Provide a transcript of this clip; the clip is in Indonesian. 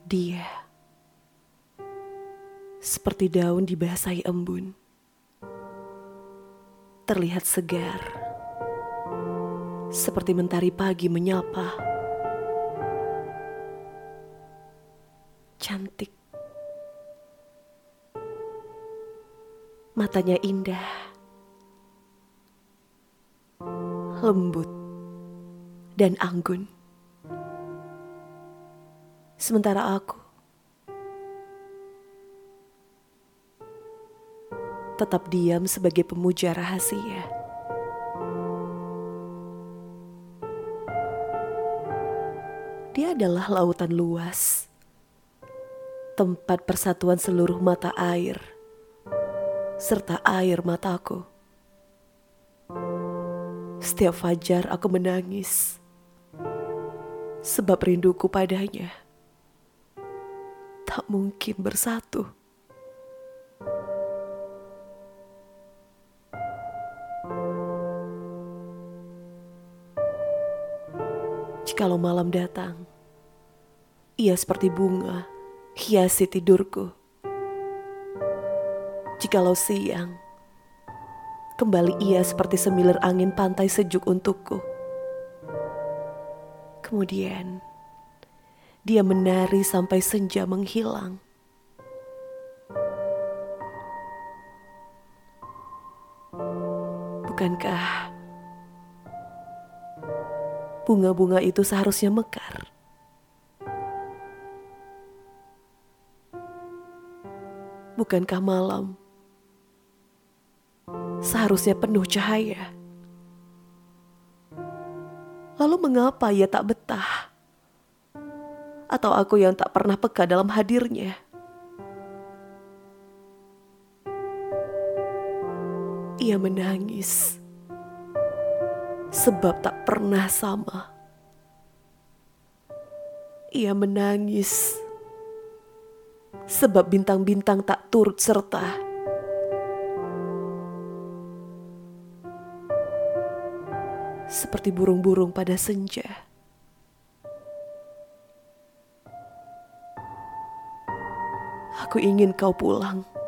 Dia seperti daun dibasahi embun, terlihat segar, seperti mentari pagi menyapa. Cantik, matanya indah, lembut, dan anggun. Sementara aku tetap diam sebagai pemuja rahasia. Dia adalah lautan luas, tempat persatuan seluruh mata air, serta air mataku. Setiap fajar aku menangis, sebab rinduku padanya tak mungkin bersatu. Jikalau malam datang, ia seperti bunga hiasi tidurku. Jikalau siang, kembali ia seperti semilir angin pantai sejuk untukku. Kemudian dia menari sampai senja menghilang. Bukankah bunga-bunga itu seharusnya mekar? Bukankah malam seharusnya penuh cahaya? Lalu mengapa ia tak betah? Atau aku yang tak pernah peka dalam hadirnya? Ia menangis sebab tak pernah sama. Ia menangis sebab bintang-bintang tak turut serta. Seperti burung-burung pada senja. Aku ingin kau pulang.